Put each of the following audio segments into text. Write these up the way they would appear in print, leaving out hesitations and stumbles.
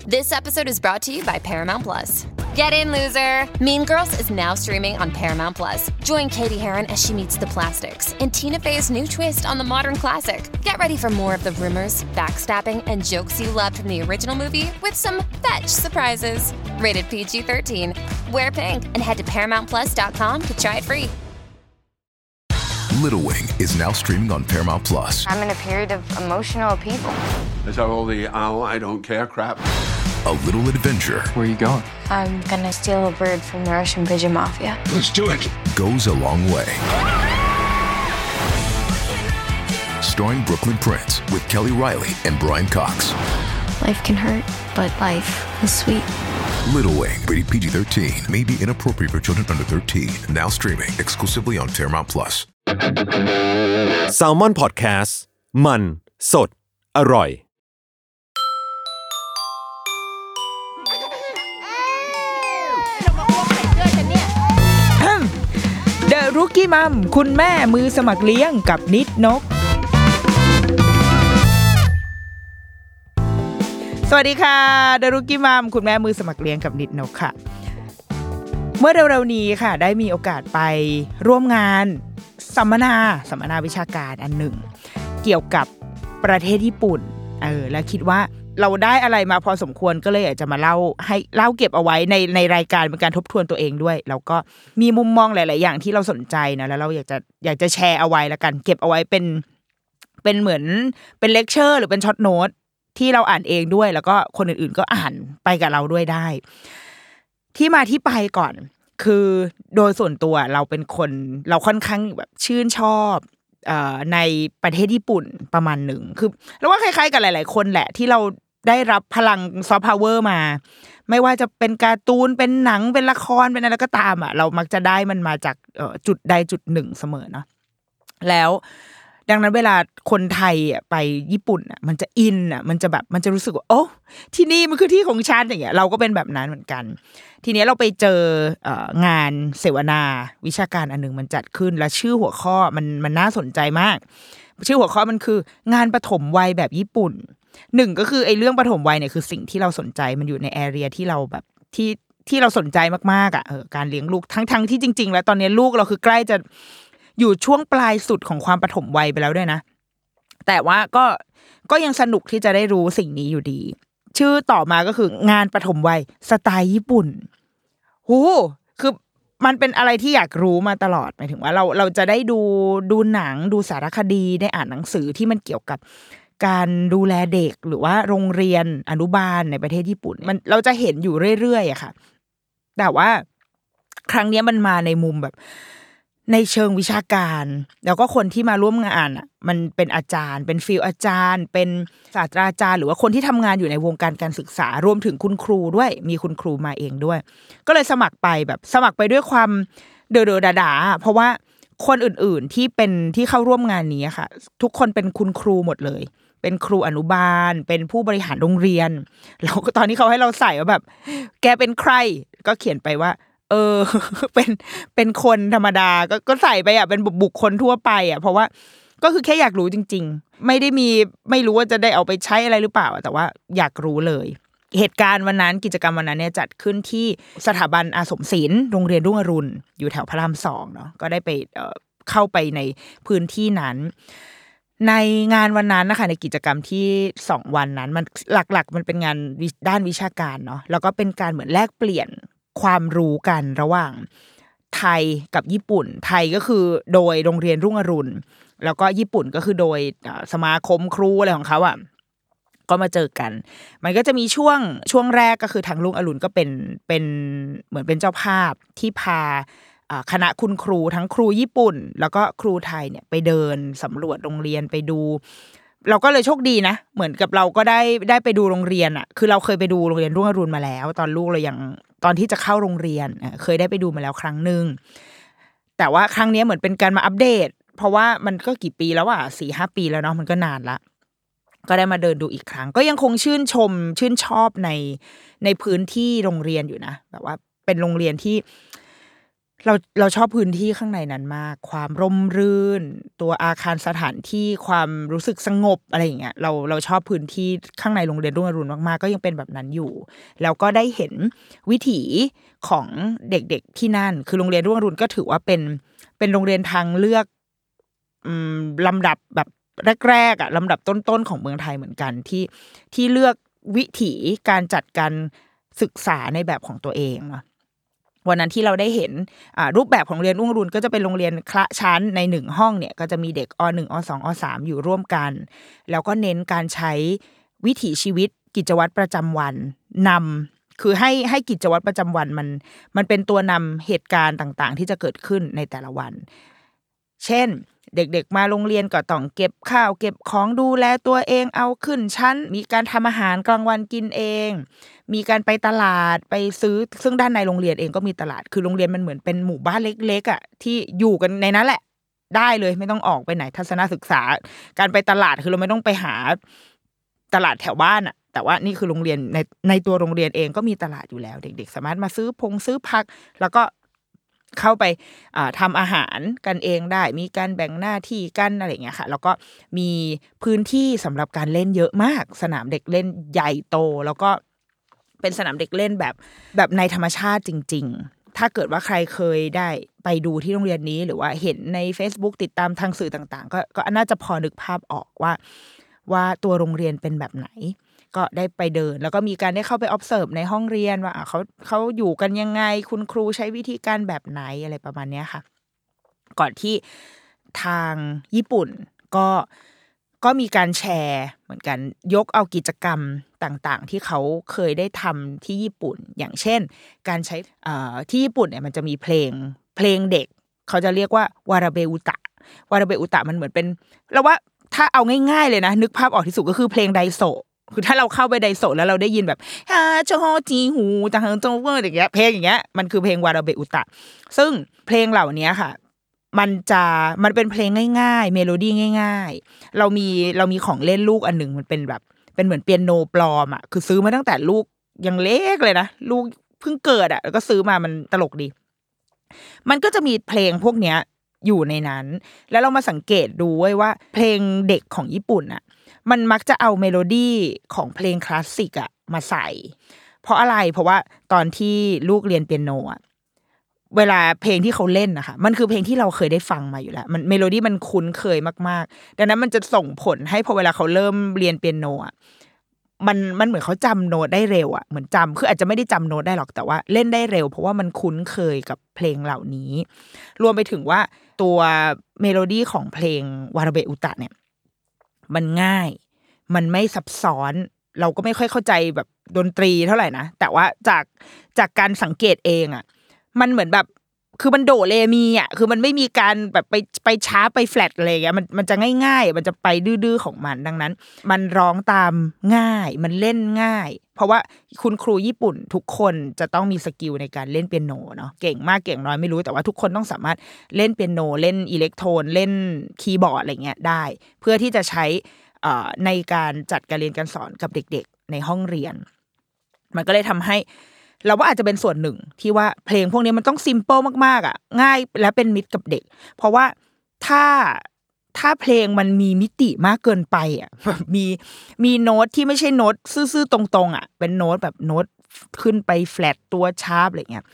This episode is brought to you by Paramount Plus. Get in, loser! Mean Girls is now streaming on Paramount Plus. Join Katie Heron as she meets the plastics in Tina Fey's new twist on the modern classic. Get ready for more of the rumors, backstabbing, and jokes you loved from the original movie with some fetch surprises. Rated PG-13. Wear pink and head to ParamountPlus.com to try it free. Little Wing is now streaming on Paramount Plus. I'm in a period of emotional upheaval. Is that all the I don't care crap? A little adventure. Where are you going? I'm gonna steal a bird from the Russian pigeon mafia. Let's do it. Goes a long way. Starring Brooklyn Prince with Kelly Riley and Brian Cox. Life can hurt, but life is sweet. Little Wing, rated PG-13, may be inappropriate for children under 13. Now streaming exclusively on Paramount Plus. Salmon Podcast มันสดอร่อย The Rookie Mom คุณแม่มือสมัครเลี้ยงกับนิดนกสวัสดีค่ะ The Rookie Mom คุณแม่มือสมัครเลี้ยงกับนิดนกค่ะเมื่อเร็วๆนี้ค่ะได้มีโอกาสไปร่วมงานสัมมนาวิชาการอันหนึ่งเกี่ยวกับประเทศญี่ปุ่นแล้วคิดว่าเราได้อะไรมาพอสมควรก็เลยอยากจะมาเล่าเก็บเอาไว้ในรายการเป็นการทบทวนตัวเองด้วยแล้วก็มีมุมมองหลายๆอย่างที่เราสนใจนะแล้วเราอยากจะแชร์เอาไว้แล้วกันเก็บเอาไว้เป็นเหมือนเป็นเลคเชอร์หรือเป็นช็อตโน้ตที่เราอ่านเองด้วยแล้วก็คนอื่นๆก็อ่านไปกับเราด้วยได้ที่มาที่ไปก่อนคือโดยส่วนตัวเราเป็นคนเราค่อนข้างแบบชื่นชอบในประเทศญี่ปุ่นประมาณหนึ่งคือเราว่าคล้ายๆกับหลายๆคนแหละที่เราได้รับพลังซอฟต์พาวเวอร์มาไม่ว่าจะเป็นการ์ตูนเป็นหนังเป็นละครเป็นอะไรก็ตามอ่ะเรามักจะได้มันมาจากจุดใดจุดหนึ่งเสมอเนาะแล้วดังนั้นเวลาคนไทยอ่ะไปญี่ปุ่นอ่ะมันจะอินอ่ะมันจะแบบมันจะรู้สึกว่าโอ้ที่นี่มันคือที่ของฉันอย่างเงี้ยเราก็เป็นแบบนั้นเหมือนกันทีนี้เราไปเจองานเสวนาวิชาการอันนึงมันจัดขึ้นและชื่อหัวข้อมันน่าสนใจมากชื่อหัวข้อมันคืองานปฐมวัยแบบญี่ปุ่นหนึ่งก็คือไอ้เรื่องปฐมวัยเนี่ยคือสิ่งที่เราสนใจมันอยู่ในแอเรียที่เราแบบที่เราสนใจมากๆอ่ะการเลี้ยงลูกทั้งที่จริงๆแล้วตอนนี้ลูกเราคือใกล้จะอยู่ช่วงปลายสุดของความปฐมวัยไปแล้วด้วยนะแต่ว่าก็ยังสนุกที่จะได้รู้สิ่งนี้อยู่ดีชื่อต่อมาก็คืองานปฐมวัยสไตล์ญี่ปุ่นโหคือมันเป็นอะไรที่อยากรู้มาตลอดหมายถึงว่าเราจะได้ดูหนังดูสารคดีได้อ่านหนังสือที่มันเกี่ยวกับการดูแลเด็กหรือว่าโรงเรียนอนุบาลในประเทศญี่ปุ่นมันเราจะเห็นอยู่เรื่อยๆอะค่ะแต่ว่าครั้งนี้มันมาในมุมแบบในเชิงวิชาการแล้วก็คนที่มาร่วมงานอ่ะมันเป็นอาจารย์เป็นฟิลอาจารย์เป็นศาสตราจารย์หรือว่าคนที่ทำงานอยู่ในวงการการศึกษารวมถึงคุณครูด้วยมีคุณครูมาเองด้วยก็เลยสมัครไปด้วยความเดอด่าเพราะว่าคนอื่นๆที่เข้าร่วมงานนี้ค่ะทุกคนเป็นคุณครูหมดเลยเป็นครูอนุบาลเป็นผู้บริหารโรงเรียนแล้วก็ตอนนี้เขาให้เราใส่ว่าแบบแกเป็นใครก็เขียนไปว่าเป็นคนธรรมดาก็ใส่ไปอ่ะเป็นบุคคลทั่วไปอ่ะเพราะว่าก็คือแค่อยากรู้จริงๆไม่รู้ว่าจะได้เอาไปใช้อะไรหรือเปล่าแต่ว่าอยากรู้เลยเหตุการณ์วันนั้นกิจกรรมวันนั้นเนี่ยจัดขึ้นที่สถาบันอาสมศิลป์โรงเรียนรุ่งอรุณอยู่แถวพระราม2เนาะก็ได้ไปเข้าไปในพื้นที่นั้นในงานวันนั้นนะคะในกิจกรรมที่2วันนั้นมันหลักๆมันเป็นงานด้านวิชาการเนาะแล้วก็เป็นการเหมือนแลกเปลี่ยนความรู้กันระหว่างไทยกับญี่ปุ่นไทยก็คือโดยโรงเรียนรุ่งอรุณแล้วก็ญี่ปุ่นก็คือโดยสมาคมครูอะไรของเขาอ่ะก็มาเจอกันมันก็จะมีช่วงแรกก็คือทางรุ่งอรุณก็เป็นเหมือนเป็นเจ้าภาพที่พาคณะคุณครูทั้งครูญี่ปุ่นแล้วก็ครูไทยเนี่ยไปเดินสำรวจโรงเรียนไปดูเราก็เลยโชคดีนะเหมือนกับเราก็ได้ไปดูโรงเรียนอ่ะคือเราเคยไปดูโรงเรียนรุ่งอรุณมาแล้วตอนลูกเรายังตอนที่จะเข้าโรงเรียนเคยได้ไปดูมาแล้วครั้งนึงแต่ว่าครั้งนี้เหมือนเป็นการมาอัปเดตเพราะว่ามันก็กี่ปีแล้วอ่ะ 4-5 ปีแล้วเนาะมันก็นานละก็ได้มาเดินดูอีกครั้งก็ยังคงชื่นชอบในพื้นที่โรงเรียนอยู่นะแบบว่าเป็นโรงเรียนที่เราชอบพื้นที่ข้างในนั้นมากความร่มรื่นตัวอาคารสถานที่ความรู้สึกสงบอะไรอย่างเงี้ยเราชอบพื้นที่ข้างในโรงเรียนรุ่งอรุณมากๆก็ยังเป็นแบบนั้นอยู่แล้วก็ได้เห็นวิถีของเด็กๆที่นั่นคือโรงเรียนรุ่งอรุณก็ถือว่าเป็นโรงเรียนทางเลือกลำดับแบบแรกๆอ่ะลำดับต้นๆของเมืองไทยเหมือนกันที่เลือกวิถีการจัดการศึกษาในแบบของตัวเองเนาะวันนั้นที่เราได้เห็นรูปแบบของโรงเรียนรุ่งอรุณก็จะเป็นโรงเรียนคละชั้นใน1ห้องเนี่ยก็จะมีเด็กอ1อ2อ3อยู่ร่วมกันแล้วก็เน้นการใช้วิถีชีวิตกิจวัตรประจำวันนำคือให้กิจวัตรประจำวันมันเป็นตัวนำเหตุการณ์ต่างๆที่จะเกิดขึ้นในแต่ละวันเช่นเด็กๆมาโรงเรียนก็ต้องเก็บข้าวเก็บของดูแลตัวเองเอาขึ้นชั้นมีการทำอาหารกลางวันกินเองมีการไปตลาดไปซื้อซึ่งด้านในโรงเรียนเองก็มีตลาดคือโรงเรียนมันเหมือนเป็นหมู่บ้านเล็กๆอ่ะที่อยู่กันในนั้นแหละได้เลยไม่ต้องออกไปไหนทัศนศึกษาการไปตลาดคือเราไม่ต้องไปหาตลาดแถวบ้านอ่ะแต่ว่านี่คือโรงเรียนในตัวโรงเรียนเองก็มีตลาดอยู่แล้วเด็กๆสามารถมาซื้อผักแล้วก็เข้าไปทำอาหารกันเองได้มีการแบ่งหน้าที่กันอะไรอย่างเงี้ยค่ะแล้วก็มีพื้นที่สำหรับการเล่นเยอะมากสนามเด็กเล่นใหญ่โตแล้วก็เป็นสนามเด็กเล่นแบบในธรรมชาติจริงๆถ้าเกิดว่าใครเคยได้ไปดูที่โรงเรียนนี้หรือว่าเห็นใน Facebook ติดตามทางสื่อต่างๆก็น่าจะพอนึกภาพออกว่าตัวโรงเรียนเป็นแบบไหนก็ได้ไปเดินแล้วก็มีการได้เข้าไป observe ในห้องเรียนว่าเขาอยู่กันยังไงคุณครูใช้วิธีการแบบไหนอะไรประมาณนี้ค่ะก่อนที่ทางญี่ปุ่นก็มีการแชร์เหมือนกันยกเอากิจกรรมต่างๆที่เขาเคยได้ทำที่ญี่ปุ่นอย่างเช่นการใช้ที่ญี่ปุ่นเนี่ยมันจะมีเพลงเด็กเขาจะเรียกว่าวาราเบอุตะมันเหมือนเป็นเราว่าถ้าเอาง่ายๆเลยนะนึกภาพออกที่สุดก็คือเพลงไดโซะคือถ้าเราเข้าไปไดโซะแล้วเราได้ยินแบบฮาโจโฮจีหูจังเฮิงโจเวอร์อย่างเงี้ยเพลงอย่างเงี้ยมันคือเพลงวาราเบอุตะซึ่งเพลงเหล่านี้ค่ะมันเป็นเพลงง่ายๆเมโลดี้ง่ายๆเรามีของเล่นลูกอันหนึ่งมันเป็นแบบเป็นเหมือนเปียโนปลอมอ่ะคือซื้อมาตั้งแต่ลูกยังเล็กเลยนะลูกเพิ่งเกิดอ่ะแล้วก็ซื้อมามันตลกดีมันก็จะมีเพลงพวกเนี้ยอยู่ในนั้นแล้วเรามาสังเกตดูว่าเพลงเด็กของญี่ปุ่นอ่ะมันมักจะเอาเมโลดี้ของเพลงคลาสสิกอ่ะมาใส่เพราะอะไรเพราะว่าตอนที่ลูกเรียนเปียโนอ่ะเวลาเพลงที่เขาเล่นนะคะมันคือเพลงที่เราเคยได้ฟังมาอยู่แล้วมันเมโลดี้มันคุ้นเคยมากๆดังนั้นมันจะส่งผลให้พอเวลาเขาเริ่มเรียนเปียโนอ่ะมันเหมือนเขาจำโน้ตได้เร็วอ่ะเหมือนจำคืออาจจะไม่ได้จำโน้ตได้หรอกแต่ว่าเล่นได้เร็วเพราะว่ามันคุ้นเคยกับเพลงเหล่านี้รวมไปถึงว่าตัวเมโลดี้ของเพลงวาราเบอุตะเนี่ยมันง่ายมันไม่ซับซ้อนเราก็ไม่ค่อยเข้าใจแบบดนตรีเท่าไหร่นะแต่ว่าจากการสังเกตเองอ่ะมันเหมือนแบบคือมันโดเรมีอ่ะคือมันไม่มีการแบบไปช้าไปแฟลตอะไรอย่างเงี้ยมันจะง่ายๆมันจะไปดื้อๆของมันดังนั้นมันร้องตามง่ายมันเล่นง่ายเพราะว่าคุณครูญี่ปุ่นทุกคนจะต้องมีสกิลในการเล่นเปียโนเนาะเก่งมากเก่งน้อยไม่รู้แต่ว่าทุกคนต้องสามารถเล่นเปียโนเล่นอิเล็กโทรนเล่นคีย์บอร์ดอะไรเงี้ยได้เพื่อที่จะใช้ในการจัดการเรียนการสอนกับเด็กๆในห้องเรียนมันก็เลยทำให้เราว่าอาจจะเป็นส่วนหนึ่งที่ว่าเพลงพวกนี้มันต้องซิมเปิลมากๆอ่ะง่ายและเป็นมิตรกับเด็กเพราะว่าถ้าเพลงมันมีมิติมากเกินไปอ่ะแบบมีโน้ตที่ไม่ใช่โน้ตซื่อๆตรงๆอ่ะเป็นโน้ตแบบโน้ตขึ้นไปแฟลตตัวชาร์ปอะไรเงี้ย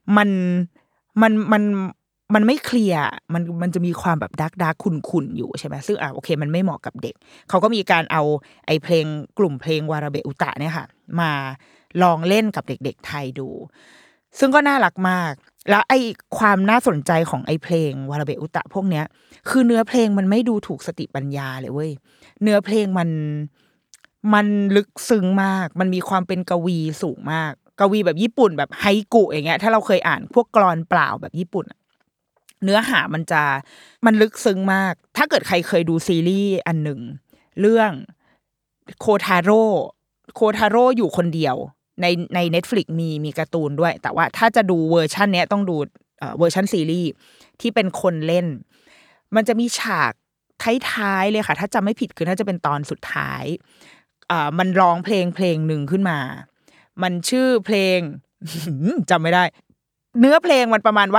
มันไม่เคลียร์มันจะมีความแบบดาร์กขุ่นๆอยู่ใช่ไหมซึ่งโอเคมันไม่เหมาะกับเด็กเขาก็มีการเอาไอ้เพลงกลุ่มเพลงวาราเบอุตะเนี่ยค่ะมาลองเล่นกับเด็กๆไทยดูซึ่งก็น่ารักมากแล้วไอ้ความน่าสนใจของไอ้เพลงวาราเบอุตะพวกเนี้ยคือเนื้อเพลงมันไม่ดูถูกสติปัญญาเลยเว้ยเนื้อเพลงมันลึกซึ้งมากมันมีความเป็นกวีสูงมากกวีแบบญี่ปุ่นแบบไฮกุอย่างเงี้ยถ้าเราเคยอ่านพวกกลอนเปล่าแบบญี่ปุ่นเนื้อหามันลึกซึ้งมากถ้าเกิดใครเคยดูซีรีส์อันหนึ่งเรื่องโคทาโร่อยู่คนเดียวใน Netflix มีการ์ตูนด้วยแต่ว่าถ้าจะดูเวอร์ชันเนี้ยต้องดูเวอร์ชันซีรีส์ที่เป็นคนเล่นมันจะมีฉากท้ายๆเลยค่ะถ้าจำไม่ผิดคือน่าจะเป็นตอนสุดท้ายมันร้องเพลงหนึ่งขึ้นมามันชื่อเพลง จำไม่ได้เนื้อเพลงมันประมาณว่า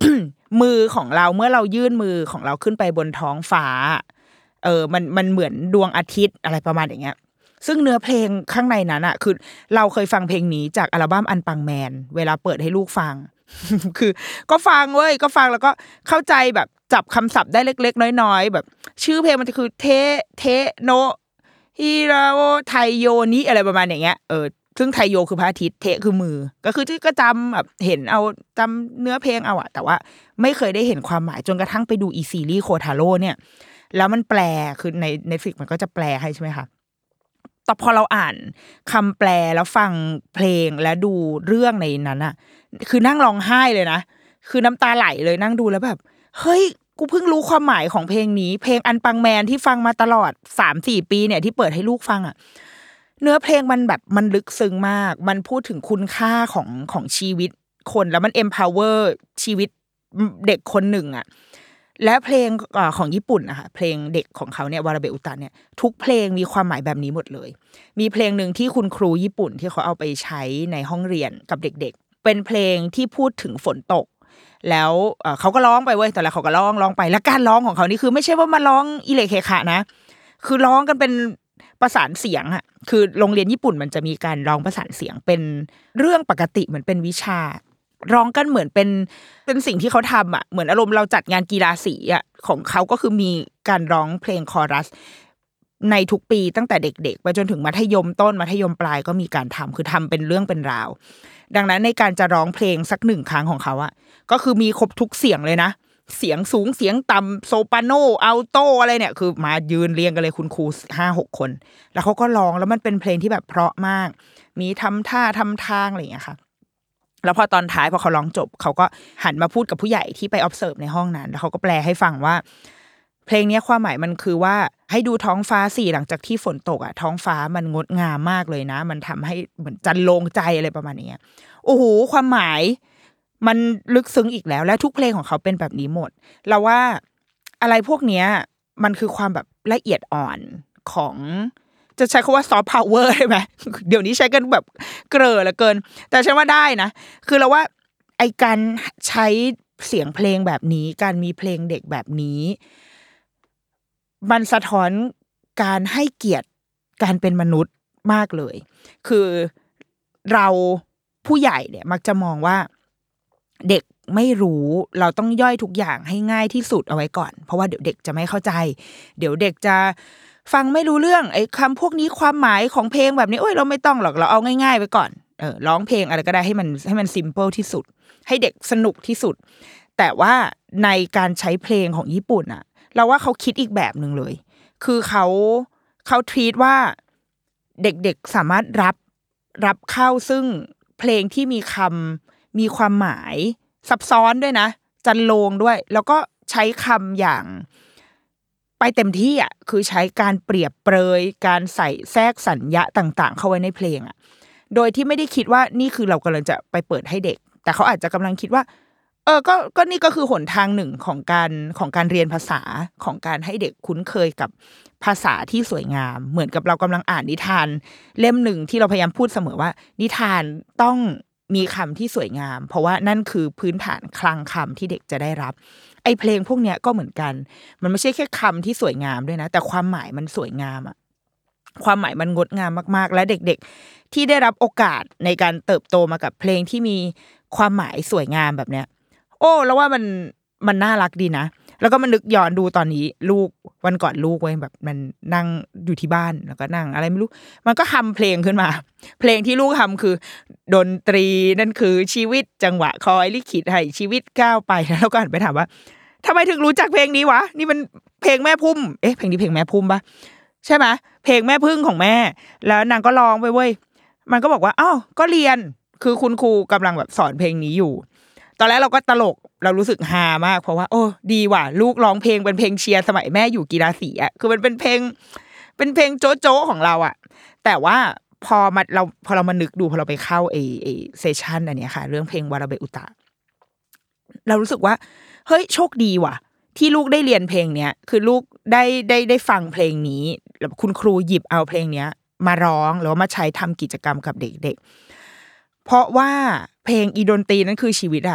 มือของเราเมื่อเรายื่นมือของเราขึ้นไปบนท้องฟ้ามันเหมือนดวงอาทิตย์อะไรประมาณอย่างเงี้ยซึ่งเนื้อเพลงข้างในนั้นอ่ะคือเราเคยฟังเพลงนี้จากอัลบั้มอันปังแมนเวลาเปิดให้ลูกฟัง คือก็ฟังแล้วก็เข้าใจแบบจับคำศัพท์ได้เล็กๆน้อยๆแบบชื่อเพลงมันจะคือเทโนฮิราโอไทโยนิอะไรประมาณอย่างเงี้ยซึ่งไทโยคือพระอาทิตย์เทคือมือก็คือที่ก็จำแบบเห็นเอาจำเนื้อเพลงเอาอะแต่ว่าไม่เคยได้เห็นความหมายจนกระทั่งไปดูอีซีรีส์โคทาโร่เนี่ยแล้วมันแปลคือใน Netflix มันก็จะแปลให้ใช่ไหมคะแต่พอเราอ่านคำแปลแล้วฟังเพลงและดูเรื่องในนั้นอะคือนั่งร้องไห้เลยนะคือน้ำตาไหลเลยนั่งดูแล้วแบบเฮ้ยกูเพิ่งรู้ความหมายของเพลงนี้เพลงอันปังแมนที่ฟังมาตลอด 3-4 ปีเนี่ยที่เปิดให้ลูกฟังอะเนื้อเพลงมันแบบมันลึกซึ้งมากมันพูดถึงคุณค่าของชีวิตคนแล้วมัน empower ชีวิตเด็กคนหนึ่งอ่ะและเพลงของญี่ปุ่นนะคะเพลงเด็กของเขาเนี่ยวาราเบอุตะเนี่ยทุกเพลงมีความหมายแบบนี้หมดเลยมีเพลงนึงที่คุณครูญี่ปุ่นที่เขาเอาไปใช้ในห้องเรียนกับเด็กๆเป็นเพลงที่พูดถึงฝนตกแล้วเขาก็ร้องไปเว้ยแต่ละเขาก็ร้องไปแล้วการร้องของเขานี่คือไม่ใช่ว่ามาร้องอิเลเคคะนะคือร้องกันเป็นประสานเสียงอ่ะคือโรงเรียนญี่ปุ่นมันจะมีการร้องประสานเสียงเป็นเรื่องปกติเหมือนเป็นวิชาร้องกันเหมือนเป็นสิ่งที่เขาทำอ่ะเหมือนอารมณ์เราจัดงานกีฬาสีอ่ะของเขาก็คือมีการร้องเพลงคอรัสในทุกปีตั้งแต่เด็กๆไปจนถึงมัธยมต้นมัธยมปลายก็มีการทำคือทำเป็นเรื่องเป็นราวดังนั้นในการจะร้องเพลงสัก1ครั้งของเขาอ่ะก็คือมีครบทุกเสียงเลยนะเสียงสูงเสียงต่ำโซปราโนอัลโตอะไรเนี่ยคือมายืนเรียงกันเลยคุณครู 5-6 คนแล้วเขาก็ร้องแล้วมันเป็นเพลงที่แบบเพราะมากมีทำท่าทำทางอะไรอย่างเงี้ยค่ะแล้วพอตอนท้ายพอเขาร้องจบเขาก็หันมาพูดกับผู้ใหญ่ที่ไป observe ในห้องนั้นแล้วเขาก็แปลให้ฟังว่าเพลงนี้ความหมายมันคือว่าให้ดูท้องฟ้าสิหลังจากที่ฝนตกอ่ะท้องฟ้ามันงดงามมากเลยนะมันทำให้เหมือนจันโลงใจอะไรประมาณนี้โอ้โหความหมายมันลึกซึ้งอีกแล้วและทุกเพลงของเขาเป็นแบบนี้หมดเราว่าอะไรพวกเนี้ยมันคือความแบบละเอียดอ่อนของจะใช้คำว่าซอฟต์พาวเวอร์ได้ไหมเดี๋ยวนี้ใช้กันแบบเกลอเหลือเกินแต่ฉันว่าได้นะคือเราว่าไอการใช้เสียงเพลงแบบนี้การมีเพลงเด็กแบบนี้มันสะท้อนการให้เกียรติการเป็นมนุษย์มากเลยคือเราผู้ใหญ่เนี่ยมักจะมองว่าเด็กไม่รู้เราต้องย่อยทุกอย่างให้ง่ายที่สุดเอาไว้ก่อนเพราะว่าเดี๋ยวเด็กจะไม่เข้าใจเดี๋ยวเด็กจะฟังไม่รู้เรื่องไอ้คำพวกนี้ความหมายของเพลงแบบนี้โอ้ยเราไม่ต้องหรอกเราเอาง่ายๆไว้ก่อนร้องเพลงอะไรก็ได้ให้มันซิมเปิลที่สุดให้เด็กสนุกที่สุดแต่ว่าในการใช้เพลงของญี่ปุ่นอะเราว่าเขาคิดอีกแบบนึงเลยคือเขาทรีตว่าเด็กๆสามารถรับเข้าซึ่งเพลงที่มีความหมายซับซ้อนด้วยนะจันโลงด้วยแล้วก็ใช้คำอย่างไปเต็มที่อ่ะคือใช้การเปรียบเปรยการใส่แทรกสัญญาต่างๆเข้าไว้ในเพลงอ่ะโดยที่ไม่ได้คิดว่านี่คือเรากำลังจะไปเปิดให้เด็กแต่เขาอาจจะกำลังคิดว่าก็นี่ก็คือหนทางหนึ่งของการเรียนภาษาของการให้เด็กคุ้นเคยกับภาษาที่สวยงามเหมือนกับเรากำลังอ่านนิทานเล่มหนึ่งที่เราพยายามพูดเสมอว่านิทานต้องมีคำที่สวยงามเพราะว่านั่นคือพื้นฐานคลังคำที่เด็กจะได้รับไอ้เพลงพวกเนี้ยก็เหมือนกันมันไม่ใช่แค่คำที่สวยงามด้วยนะแต่ความหมายมันสวยงามอ่ะความหมายมันงดงามมากๆและเด็กๆที่ได้รับโอกาสในการเติบโตมากับเพลงที่มีความหมายสวยงามแบบเนี้ยโอ้แล้วว่ามันน่ารักดีนะแล้วก็มันนึกย้อนดูตอนนี้ลูกวันก่อนลูกเว้ยแบบมันนั่งอยู่ที่บ้านแล้วก็นั่งอะไรไม่รู้มันก็ทำเพลงขึ้นมาเพลงที่ลูกทำคือดนตรีนั่นคือชีวิตจังหวะคอยลิขิตให้ชีวิตก้าวไปแล้วก็หันไปถามว่าทำไมถึงรู้จักเพลงนี้วะนี่มันเพลงแม่พุ่มเพลงนี้เพลงแม่พุ่มปะใช่ไหมเพลงแม่พึ่งของแม่แล้วนางก็ร้องไปเว้ยมันก็บอกว่าอ้าวก็เรียนคือคุณครูกำลังแบบสอนเพลงนี้อยู่ตอนแรกเราก็ตลกเรารู้สึกฮามากเพราะว่าโอ้ดีว่ะลูกร้องเพลงเป็นเพลงเชียร์สมัยแม่อยู่กีฬาสีอ่ะคือมันเป็นเพลงโจ๊ะของเราอ่ะแต่ว่าพอเรามานึกดูพอเราไปเข้าไอเซสชั่นอันเนี้ยค่ะเรื่องเพลงวาราเบอุตะเรารู้สึกว่าเฮ้ยโชคดีว่ะที่ลูกได้เรียนเพลงเนี้ยคือลูกได้ฟังเพลงนี้แล้วคุณครูหยิบเอาเพลงเนี้ยมาร้องหรือว่ามาใช้ทำกิจกรรมกับเด็กๆเพราะว่าเพลงอีดนตรีนั่นคือชีวิตอ่ะ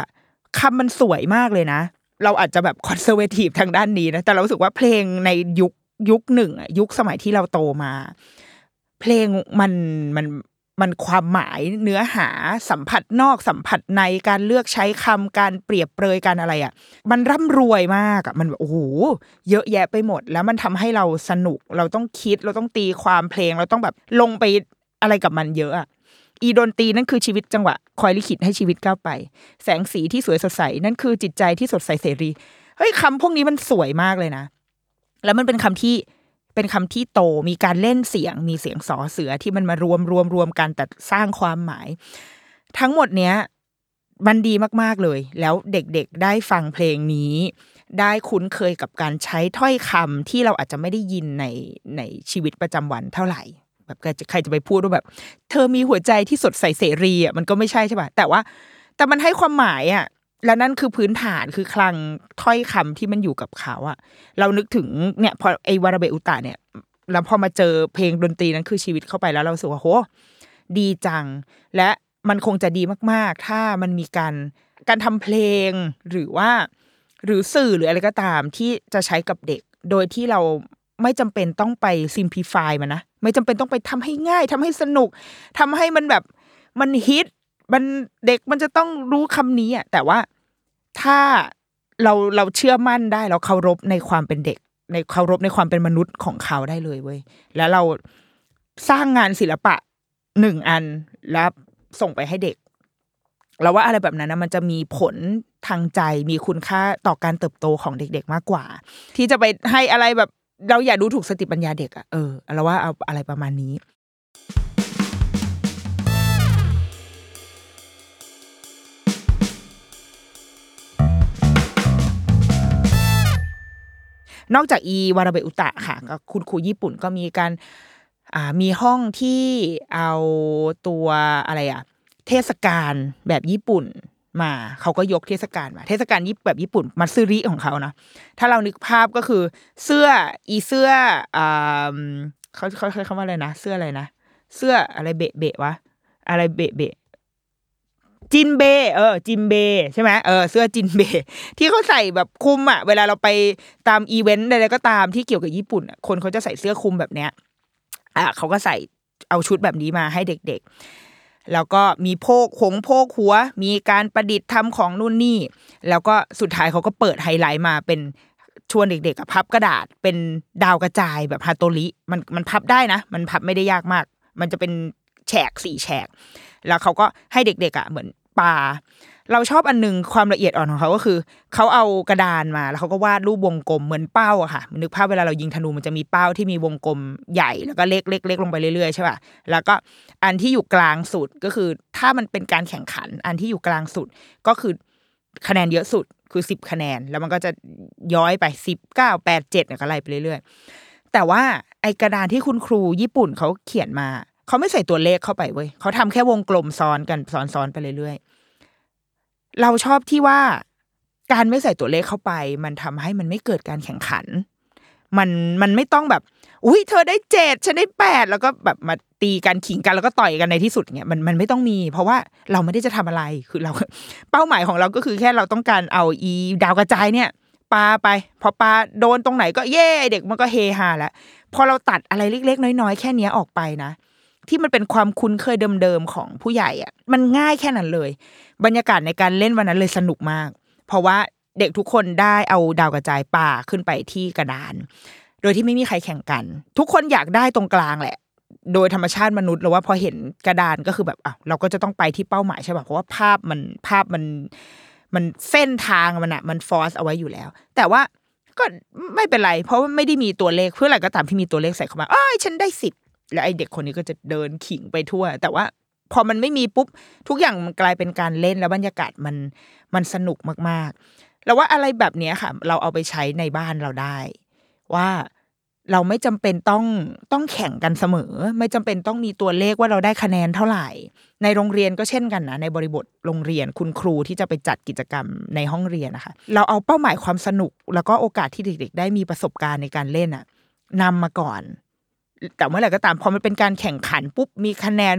คำมันสวยมากเลยนะเราอาจจะแบบคอนเซอร์เวทีฟทางด้านนี้นะแต่เรารู้สึกว่าเพลงในยุคหนึ่งยุคสมัยที่เราโตมาเพลงมันความหมายเนื้อหาสัมผัสนอกสัมผัสในการเลือกใช้คำการเปรียบเปรยกันอะไรมันร่ำรวยมากมันโอ้โหเยอะแยะไปหมดแล้วมันทำให้เราสนุกเราต้องคิดเราต้องตีความเพลงเราต้องแบบลงไปอะไรกับมันเยอะอีดนตรีนั่นคือชีวิตจังหวะคอยลิขิตให้ชีวิตก้าวไปแสงสีที่สวยสดใสนั่นคือจิตใจที่สดใสเสรีเฮ้ยคำพวกนี้มันสวยมากเลยนะแล้วมันเป็นคำที่โตมีการเล่นเสียงมีเสียงสอเสือที่มันมารวมกันแต่สร้างความหมายทั้งหมดเนี้ยมันดีมากๆเลยแล้วเด็กๆได้ฟังเพลงนี้ได้คุ้นเคยกับการใช้ถ้อยคำที่เราอาจจะไม่ได้ยินในชีวิตประจำวันเท่าไหร่แบบใครจะไปพูดว่าแบบเธอมีหัวใจที่สดใสเสรีมันก็ไม่ใช่ใช่ป่ะแต่มันให้ความหมายและนั่นคือพื้นฐานคือคลังถ้อยคำที่มันอยู่กับเขาเรานึกถึงเนี่ยพอไอวาราเบอุตะเนี่ยแล้วพอมาเจอเพลงดนตรีนั้นคือชีวิตเข้าไปแล้วเรารู้สึกว่าโหดีจังและมันคงจะดีมากๆถ้ามันมีการทำเพลงหรือสื่อหรืออะไรก็ตามที่จะใช้กับเด็กโดยที่เราไม่จำเป็นต้องไปซิมพลิฟายมันนะไม่จำเป็นต้องไปทำให้ง่ายทำให้สนุกทำให้มันแบบมันฮิตมันเด็กมันจะต้องรู้คำนี้แต่ว่าถ้าเราเชื่อมั่นได้เราเคารพในความเป็นเด็กในเคารพในความเป็นมนุษย์ของเขาได้เลยเว้ยแล้วเราสร้างงานศิลปะ1อันแล้วส่งไปให้เด็กเราว่าอะไรแบบนั้นนะมันจะมีผลทางใจมีคุณค่าต่อการเติบโตของเด็กๆมากกว่าที่จะไปให้อะไรแบบเราอย่าดูถูกสติปัญญาเด็กเราว่าเอาอะไรประมาณนี้นอกจากอีวาราเบอุตะค่ะก็คุณครูญี่ปุ่นก็มีการมีห้องที่เอาตัวอะไรเทศกาลแบบญี่ปุ่นมาเขาก็ยกเทศกาลมาเทศกาลแบบญี่ปุ่นมัตสึริของเขานะถ้าเรานึกภาพก็คือเสื้อเขาคำว่าอะไรนะเสื้ออะไรนะเสื้ออะไรเบะวะอะไรเบะจินเบจินเบใช่ไหมเสื้อจินเบที่เขาใส่แบบคลุมเวลาเราไปตามอีเวนต์ใดๆก็ตามที่เกี่ยวกับญี่ปุ่นคนเขาจะใส่เสื้อคลุมแบบเนี้ยเขาก็ใส่เอาชุดแบบนี้มาให้เด็กๆแล้วก็มีโพกหัวมีการประดิษฐ์ทำของนู่นนี่แล้วก็สุดท้ายเขาก็เปิดไฮไลท์มาเป็นชวนเด็กๆพับกระดาษเป็นดาวกระจายแบบฮาโตริมันพับได้นะมันพับไม่ได้ยากมากมันจะเป็นแฉก4แฉกแล้วเขาก็ให้เด็กๆเหมือนปลาเราชอบอันนึงความละเอียดอ่อนของเขาก็คือเขาเอากระดานมาแล้วเขาก็วาดรูปวงกลมเหมือนเป้าค่ะนึกภาพเวลาเรายิงธนูมันจะมีเป้าที่มีวงกลมใหญ่แล้วก็เล็กลงไปเรื่อยๆใช่ป่ะแล้วก็อันที่อยู่กลางสุดก็คือถ้ามันเป็นการแข่งขันอันที่อยู่กลางสุดก็คือคะแนนเยอะสุดคือ10คะแนนแล้วมันก็จะย้อยไป10 9 8 7ก็ไล่ไปเรื่อยๆแต่ว่าไอ้กระดานที่คุณครูญี่ปุ่นเขาเขียนมาเขาไม่ใส่ตัวเลขเข้าไปเว้ยเขาทำแค่วงกลมซ้อนกันซ้อนไปเรื่อยๆเราชอบที่ว่าการไม่ใส่ตัวเลขเข้าไปมันทำให้มันไม่เกิดการแข่งขันมันไม่ต้องแบบอุ้ยเธอได้7ฉันได้8แล้วก็แบบมาตีกันขิงกันแล้วก็ต่อยกันในที่สุดเงี้ยมันไม่ต้องมีเพราะว่าเราไม่ได้จะทำอะไรคือเราเป้าหมายของเราก็คือแค่เราต้องการเอาอีดาวกระจายเนี่ยปาไปพอปาโดนตรงไหนก็เย่เด็กมันก็เฮฮาแล้วพอเราตัดอะไรเล็กๆน้อยๆแค่นี้ออกไปนะที่มันเป็นความคุ้นเคยเดิมๆของผู้ใหญ่มันง่ายแค่นั้นเลยบรรยากาศในการเล่นวันนั้นเลยสนุกมากเพราะว่าเด็กทุกคนได้เอาดาวกระจายปาขึ้นไปที่กระดานโดยที่ไม่มีใครแข่งกันทุกคนอยากได้ตรงกลางแหละโดยธรรมชาติมนุษย์เราว่าพอเห็นกระดานก็คือแบบเราก็จะต้องไปที่เป้าหมายใช่ป่ะเพราะว่าภาพมันเส้นทางมันฟอร์สเอาไว้อยู่แล้วแต่ว่าก็ไม่เป็นไรเพราะว่าไม่ได้มีตัวเลขเพื่ออะไรก็ตามที่มีตัวเลขใส่เข้ามาฉันได้10แล้วไอ้เด็กคนนี้ก็จะเดินขิงไปทั่วแต่ว่าพอมันไม่มีปุ๊บทุกอย่างมันกลายเป็นการเล่นแล้วบรรยากาศมันสนุกมากๆแล้วว่าอะไรแบบนี้ค่ะเราเอาไปใช้ในบ้านเราได้ว่าเราไม่จำเป็นต้องแข่งกันเสมอไม่จำเป็นต้องมีตัวเลขว่าเราได้คะแนนเท่าไหร่ในโรงเรียนก็เช่นกันนะในบริบทโรงเรียนคุณครูที่จะไปจัดกิจกรรมในห้องเรียนนะคะเราเอาเป้าหมายความสนุกแล้วก็โอกาสที่เด็กๆได้มีประสบการณ์ในการเล่นนำมาก่อนแต่เมื่อไหร่ก็ตามพอมันเป็นการแข่งขันปุ๊บมีคะแนนปุ๊บ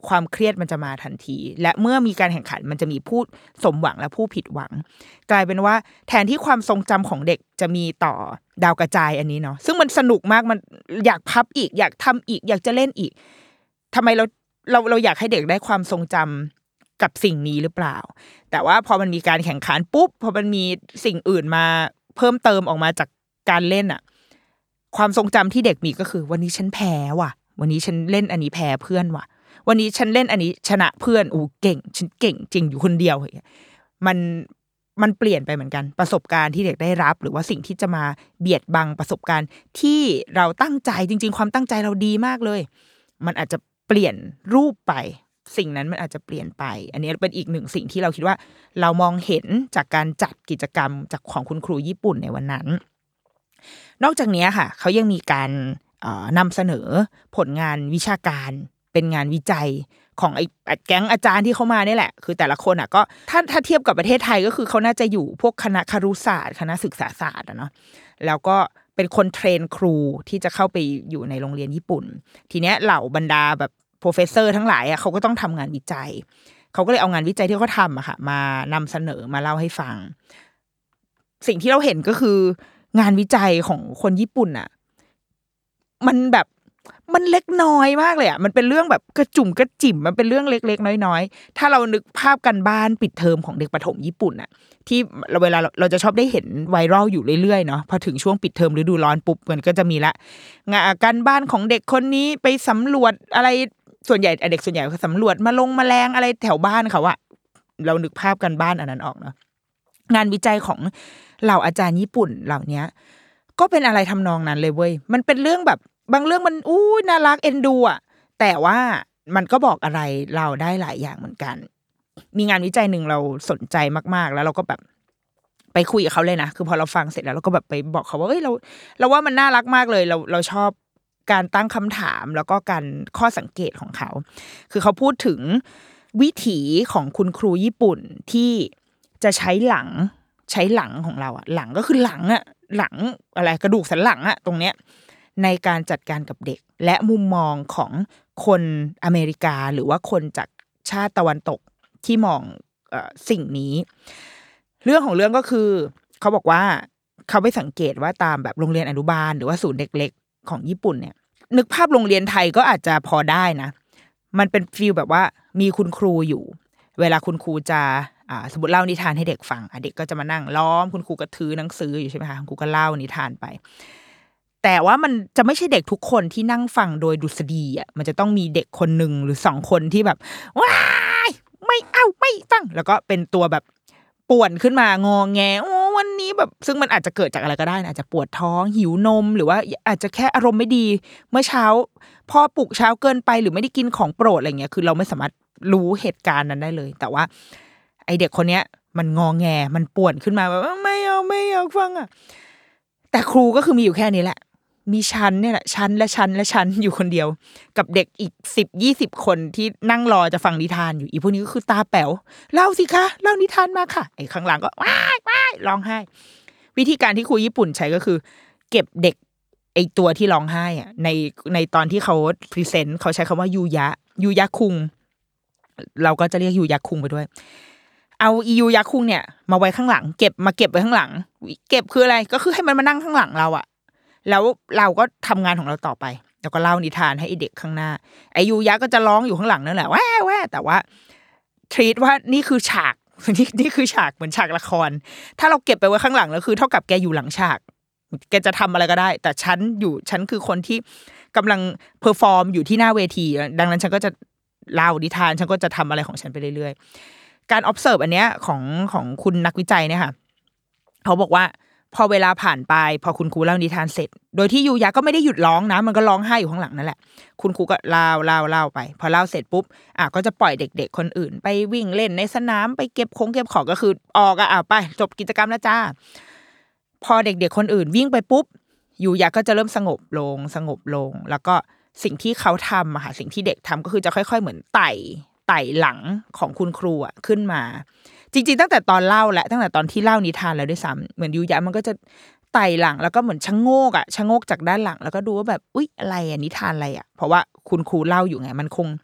ความเครียดมันจะมาทันทีและเมื่อมีการแข่งขันมันจะมีผู้สมหวังและผู้ผิดหวังกลายเป็นว่าแทนที่ความทรงจำของเด็กจะมีต่อดาวกระจายอันนี้เนาะซึ่งมันสนุกมากมันอยากพับอีกอยากทำอีกอยากจะเล่นอีกทำไมเราอยากให้เด็กได้ความทรงจำกับสิ่งนี้หรือเปล่าแต่ว่าพอมันมีการแข่งขันปุ๊บพอมันมีสิ่งอื่นมาเพิ่มเติมออกมาจากการเล่นอะความทรงจำที่เด็กมีก็คือวันนี้ฉันแพ้ว่ะวันนี้ฉันเล่นอันนี้แพ้เพื่อนว่ะวันนี้ฉันเล่นอันนี้ชนะเพื่อนเก่งฉันเก่งจริงอยู่คนเดียวมันเปลี่ยนไปเหมือนกันประสบการณ์ที่เด็กได้รับหรือว่าสิ่งที่จะมาเบียดบังประสบการณ์ที่เราตั้งใจจริงๆความตั้งใจเราดีมากเลยมันอาจจะเปลี่ยนรูปไปสิ่งนั้นมันอาจจะเปลี่ยนไปอันนี้เป็นอีกหนึ่งสิ่งที่เราคิดว่าเรามองเห็นจากการจัดกิจกรรมจากของคุณครูญี่ปุ่นในวันนั้นนอกจากนี้ค่ะเขายังมีการนำเสนอผลงานวิชาการเป็นงานวิจัยของไอ้แก๊งอาจารย์ที่เขามานี่แหละคือแต่ละคนก็ถ้าเทียบกับประเทศไทยก็คือเขาน่าจะอยู่พวกคณะครุศาสตร์คณะศึกษาศาสตร์เนาะแล้วก็เป็นคนเทรนครูที่จะเข้าไปอยู่ในโรงเรียนญี่ปุ่นทีเนี้ยเหล่าบรรดาแบบโปรเฟสเซอร์ทั้งหลายเขาก็ต้องทำงานวิจัยเขาก็เลยเอางานวิจัยที่เขาทำค่ะมานำเสนอมาเล่าให้ฟังสิ่งที่เราเห็นก็คืองานวิจัยของคนญี่ปุ่นมันแบบมันเล็กน้อยมากเลยมันเป็นเรื่องแบบกระจุ่มกระจิ๋มมันเป็นเรื่องเล็กๆน้อยๆถ้าเรานึกภาพกันบ้านปิดเทอมของเด็กประถมญี่ปุ่นที่เวลาเราจะชอบได้เห็นไวรัลอยู่เรื่อยๆเนาะพอถึงช่วงปิดเทอมฤดูร้อนปุ๊บมันก็จะมีละงานการบ้านของเด็กคนนี้ไปสำรวจอะไรส่วนใหญ่เด็กส่วนใหญ่สำรวจแมลงอะไรแถวบ้านเขาเรานึกภาพกันบ้านอันนั้นออกเนาะงานวิจัยของเหล่าอาจารย์ญี่ปุ่นเหล่านี้ก็เป็นอะไรทำนองนั้นเลยเว้ยมันเป็นเรื่องแบบบางเรื่องมันน่ารักเอ็นดูแต่ว่ามันก็บอกอะไรเราได้หลายอย่างเหมือนกันมีงานวิจัยหนึ่งเราสนใจมากๆแล้วเราก็แบบไปคุยกับเขาเลยนะคือพอเราฟังเสร็จแล้วเราก็แบบไปบอกเขาว่าเราว่ามันน่ารักมากเลยเราชอบการตั้งคำถามแล้วก็การข้อสังเกตของเขาคือเขาพูดถึงวิถีของคุณครูญี่ปุ่นที่จะใช้หลังของเราหลังก็คือหลังอะไรกระดูกสันหลังตรงเนี้ยในการจัดการกับเด็กและมุมมองของคนอเมริกาหรือว่าคนจากชาติตะวันตกที่มองสิ่งนี้เรื่องของเรื่องก็คือเขาบอกว่าเขาไปสังเกตว่าตามแบบโรงเรียนอนุบาลหรือว่าศูนย์เด็กเล็กของญี่ปุ่นเนี่ยนึกภาพโรงเรียนไทยก็อาจจะพอได้นะมันเป็นฟีลแบบว่ามีคุณครูอยู่เวลาคุณครูจะสมมติเล่านิทานให้เด็กฟังเด็กก็จะมานั่งล้อมคุณครูก็ถือหนังสืออยู่ใช่ไหมคะคุณครูก็เล่านิทานไปแต่ว่ามันจะไม่ใช่เด็กทุกคนที่นั่งฟังโดยดุษฎีมันจะต้องมีเด็กคนหนึ่งหรือ2คนที่แบบว้ายไม่เอาไม่ฟังแล้วก็เป็นตัวแบบป่วนขึ้นมางอแงวันนี้แบบซึ่งมันอาจจะเกิดจากอะไรก็ได้อาจจะปวดท้องหิวนมหรือว่าอาจจะแค่อารมณ์ไม่ดีเมื่อเช้าพ่อปลุกเช้าเกินไปหรือไม่ได้กินของโปรดอะไรเงี้ยคือเราไม่สามารถรู้เหตุการณ์นั้นได้เลยแต่ว่าไอเด็กคนเนี้ยมันงอแงมันป่วนขึ้นมาแบบไม่อยากฟังแต่ครูก็คือมีอยู่แค่นี้แหละมีฉันเนี่ยแหละฉันอยู่คนเดียวกับเด็กอีก10-20 คนที่นั่งรอจะฟังนิทานอยู่อีพวกนี้ก็คือตาแป๋วเล่าสิคะเล่านิทานมาค่ะไอ้ข้างหลังก็ว้ายร้องไห้วิธีการที่ครูญี่ปุ่นใช้ก็คือเก็บเด็กไอ้ตัวที่ร้องไห้ในตอนที่เขาพรีเซนต์เขาใช้คำว่ายูยะคุงเราก็จะเรียกยูยะคุงไปด้วยเอายูยะคุงเนี่ยมาไว้ข้างหลังเก็บไว้ข้างหลังเก็บคืออะไรก็คือให้มันมานั่งข้างหลังเราแล้วเราก็ทำงานของเราต่อไปแล้วก็เล่านิทานให้ไอเด็กข้างหน้าไอยูยะก็จะร้องอยู่ข้างหลังนั่นแหละแว่แต่ว่าทรีตว่านี่คือฉากนี่คือฉากเหมือนฉากละครถ้าเราเก็บไปไว้ข้างหลังแล้วคือเท่ากับแกอยู่หลังฉากแกจะทำอะไรก็ได้แต่ฉันคือคนที่กำลังเพอร์ฟอร์มอยู่ที่หน้าเวทีดังนั้นฉันก็จะเล่านิทานฉันก็จะทำอะไรของฉันไปเรื่อยๆการ observe อันเนี้ยของคุณนักวิจัยเนี่ยค่ะเขาบอกว่าพอเวลาผ่านไปพอคุณครูเล่านิทานเสร็จโดยที่ยูยะก็ไม่ได้หยุดร้องนะมันก็ร้องไห้อยู่ข้างหลังนั่นแหละคุณครูก็เล่าไปพอเล่าเสร็จปุ๊บก็จะปล่อยเด็กๆคนอื่นไปวิ่งเล่นในสนามไปเก็บของก็คือออกไปจบกิจกรรมแล้วจ้าพอเด็กๆคนอื่นวิ่งไปปุ๊บยูยะก็จะเริ่มสงบลงแล้วก็สิ่งที่เขาทำค่ะสิ่งที่เด็กทำก็คือจะค่อยๆเหมือนไต่หลังของคุณครูขึ้นมาจริงๆตั้งแต่ตอนเล่าและตั้งแต่ตอนที่เล่านิทานแล้วด้วยซ้ำเหมือนยูยะมันก็จะไต่หลังแล้วก็เหมือนชะโงกจากด้านหลังแล้วก็ดูว่าแบบอุ๊ยอะไรนิทานอะไรเพราะว่าคุณครูเล่าอยู่ไงมัน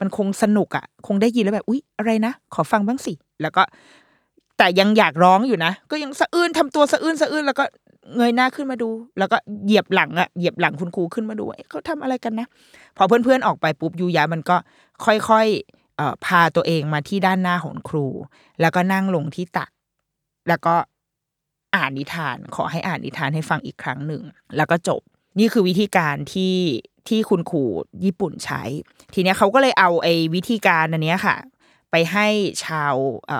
มันคงสนุกอ่ะคงได้ยินแล้วแบบอุ๊ยอะไรนะขอฟังบ้างสิแล้วก็แต่ยังอยากร้องอยู่นะก็ยังสะอื้นทำตัวสะอื้นแล้วก็เงยหน้าขึ้นมาดูแล้วก็เหยียบหลังคุณครูขึ้นมาดูว่าเขาทำอะไรกันนะพอเพื่อนๆออกไปปุ๊บยูยะมันก็ค่อยๆพาตัวเองมาที่ด้านหน้าของครูแล้วก็นั่งลงที่ตักแล้วก็อ่านนิทานขอให้อ่านนิทานให้ฟังอีกครั้งหนึ่งแล้วก็จบนี่คือวิธีการที่คุณครูญี่ปุ่นใช้ทีเนี้ยเขาก็เลยเอาไอ้วิธีการอันเนี้ยค่ะไปให้ชาว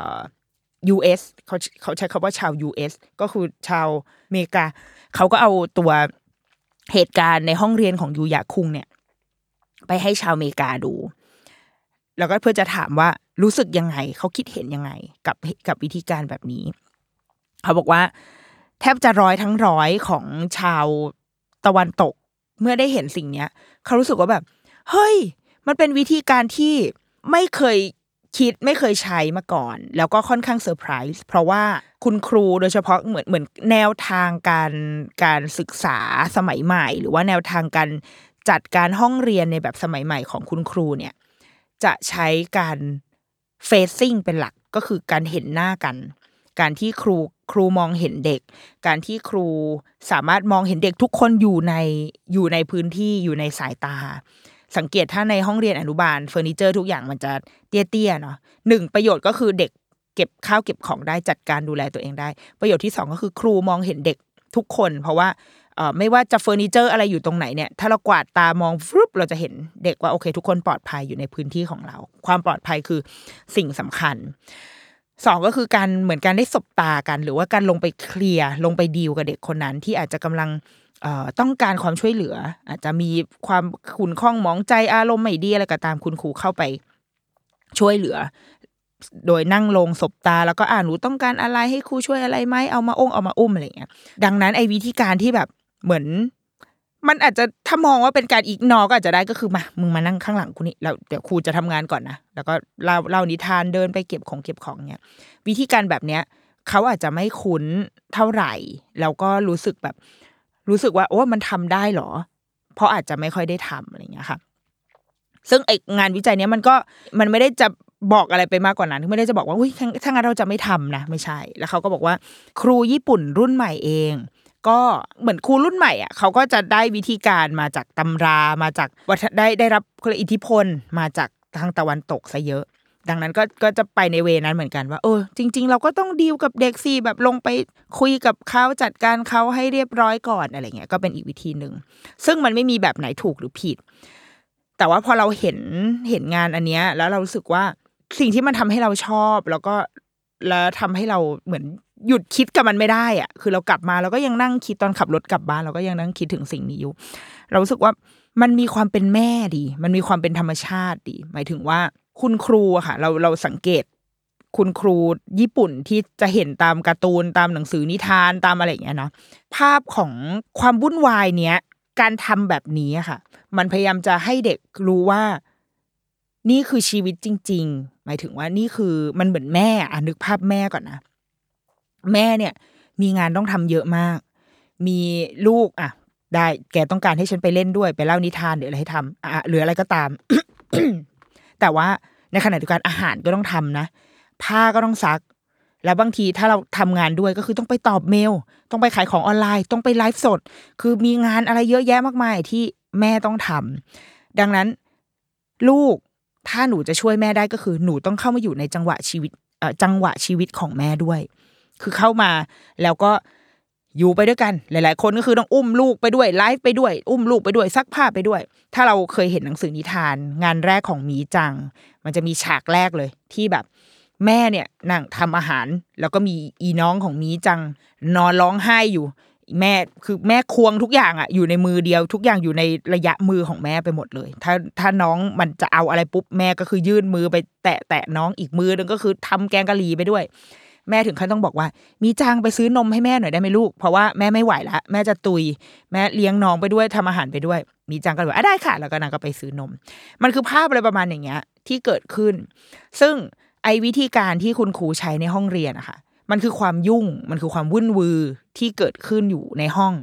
US เขาใช้คำว่าชาว US ก็คือชาวอเมริกาเขาก็เอาตัวเหตุการณ์ในห้องเรียนของยูยะคุงเนี่ยไปให้ชาวอเมริกาดูแล้วก็เพื่อจะถามว่ารู้สึกยังไงเขาคิดเห็นยังไงกับวิธีการแบบนี้เขาบอกว่าแทบจะ100 ทั้ง 100ของชาวตะวันตกเมื่อได้เห็นสิ่งเนี้ยเขารู้สึกว่าแบบเฮ้ยมันเป็นวิธีการที่ไม่เคยคิดไม่เคยใช้มาก่อนแล้วก็ค่อนข้างเซอร์ไพรส์เพราะว่าคุณครูโดยเฉพาะเหมือนแนวทางการศึกษาสมัยใหม่หรือว่าแนวทางการจัดการห้องเรียนในแบบสมัยใหม่ของคุณครูเนี่ยจะใช้การเฟซซิ่งเป็นหลักก็คือการเห็นหน้ากันการที่ครูมองเห็นเด็กการที่ครูสามารถมองเห็นเด็กทุกคนอยู่ในพื้นที่อยู่ในสายตาสังเกตถ้าในห้องเรียนอนุบาลเฟอร์นิเจอร์ทุกอย่างมันจะเตี้ยๆเนาะ1ประโยชน์ก็คือเด็กเก็บข้าวเก็บของได้จัดการดูแลตัวเองได้ประโยชน์ที่2ก็คือครูมองเห็นเด็กทุกคนเพราะว่าไม่ว่าจะเฟอร์นิเจอร์อะไรอยู่ตรงไหนเนี่ยถ้าเรากวาดตามองฟึบเราจะเห็นเด็กว่าโอเคทุกคนปลอดภัยอยู่ในพื้นที่ของเราความปลอดภัยคือสิ่งสำคัญ2ก็คือการเหมือนการได้สบตากันหรือว่าการลงไปเคลียร์ลงไปดีลกับเด็กคนนั้นที่อาจจะกำลังต้องการความช่วยเหลืออาจจะมีความขุ่นข้องหมองใจอารมณ์ไม่ดีอะไรก็ตามคุณครูเข้าไปช่วยเหลือโดยนั่งลงสบตาแล้วก็หนูต้องการอะไรให้ครูช่วยอะไรไหมเอามาอุ้มอะไรอย่างเงี้ยดังนั้นไอ้วิธีการที่แบบเหมือนมันอาจจะถ้ามองว่าเป็นการอิกนอร์ก็อาจจะได้ก็คือมามึงมานั่งข้างหลังกูนี่แล้วเดี๋ยวครูจะทำงานก่อนนะแล้วก็เล่านิทานเดินไปเก็บของเงี้ยวิธีการแบบเนี้ยเขาอาจจะไม่คุ้นเท่าไหร่แล้วก็รู้สึกว่าโอ้มันทำได้หรอเพราะอาจจะไม่ค่อยได้ทำอะไรเงี้ยค่ะซึ่งไองานวิจัยเนี้ยมันไม่ได้จะบอกอะไรไปมากกว่านั้นไม่ได้จะบอกว่าถ้างั้นเราจะไม่ทำนะไม่ใช่แล้วเขาก็บอกว่าครูญี่ปุ่นรุ่นใหม่เองก็เหมือนครูรุ่นใหม่อ่ะเขาก็จะได้วิธีการมาจากตำรามาจากได้รับอิทธิพลมาจากทางตะวันตกซะเยอะดังนั้นก็จะไปในเวนั้นเหมือนกันว่าจริงๆเราก็ต้องดีลกับเด็กสิแบบลงไปคุยกับเขาจัดการเขาให้เรียบร้อยก่อนอะไรเงี้ยก็เป็นอีกวิธีนึงซึ่งมันไม่มีแบบไหนถูกหรือผิดแต่ว่าพอเราเห็นงานอันเนี้ยแล้วเรารู้สึกว่าสิ่งที่มันทำให้เราชอบแล้วทำให้เราเหมือนหยุดคิดกับมันไม่ได้อ่ะคือเรากลับมาเราก็ยังนั่งคิดตอนขับรถกลับบ้านเราก็ยังนั่งคิดถึงสิ่งนี้อยู่เรารู้สึกว่ามันมีความเป็นแม่ดีมันมีความเป็นธรรมชาติดีหมายถึงว่าคุณครูอะค่ะเราสังเกตคุณครูญี่ปุ่นที่จะเห็นตามการ์ตูนตามหนังสือนิทานตามอะไรอย่างเงี้ยเนาะภาพของความวุ่นวายเนี้ยการทำแบบนี้ค่ะมันพยายามจะให้เด็กรู้ว่านี่คือชีวิตจริงๆหมายถึงว่านี่คือมันเหมือนแม่นึกภาพแม่ก่อนนะแม่เนี่ยมีงานต้องทำเยอะมากมีลูกได้แกต้องการให้ฉันไปเล่นด้วยไปเล่านิทานหรืออะไรให้ทำหรืออะไรก็ตาม แต่ว่าในขณะเดียวกันอาหารก็ต้องทำนะผ้าก็ต้องซักแล้วบางทีถ้าเราทำงานด้วยก็คือต้องไปตอบเมลต้องไปขายของออนไลน์ต้องไปไลฟ์สดคือมีงานอะไรเยอะแยะมากมายที่แม่ต้องทำดังนั้นลูกถ้าหนูจะช่วยแม่ได้ก็คือหนูต้องเข้ามาอยู่ในจังหวะชีวิตของแม่ด้วยคือเข้ามาแล้วก็อยู่ไปด้วยกันหลายๆคนก็คือต้องอุ้มลูกไปด้วยไลฟ์ไปด้วยอุ้มลูกไปด้วยซักผ้าไปด้วยถ้าเราเคยเห็นหนังสือนิทานงานแรกของมีจังมันจะมีฉากแรกเลยที่แบบแม่เนี่ยนั่งทำอาหารแล้วก็มีอีน้องของมีจังนอนร้องไห้อยู่แม่คือแม่ควงทุกอย่างอยู่ในมือเดียวทุกอย่างอยู่ในระยะมือของแม่ไปหมดเลยถ้าน้องมันจะเอาอะไรปุ๊บแม่ก็คือยื่นมือไปแตะน้องอีกมือนึงก็คือทำแกงกะหรี่ไปด้วยแม่ถึงขั้นต้องบอกว่ามีจังไปซื้อนมให้แม่หน่อยได้ไหมลูกเพราะว่าแม่ไม่ไหวละแม่จะตุยแม่เลี้ยงน้องไปด้วยทำอาหารไปด้วยมีจังก็เลยได้ค่ะแล้วก็นางก็ไปซื้อนมมันคือภาพอะไรประมาณอย่างเงี้ยที่เกิดขึ้นซึ่งไอ้วิธีการที่คุณครูใช้ในห้องเรียนนะคะมันคือความยุ่งมันคือความวุ่นวือที่เกิดขึ้นอยู่ในห้อง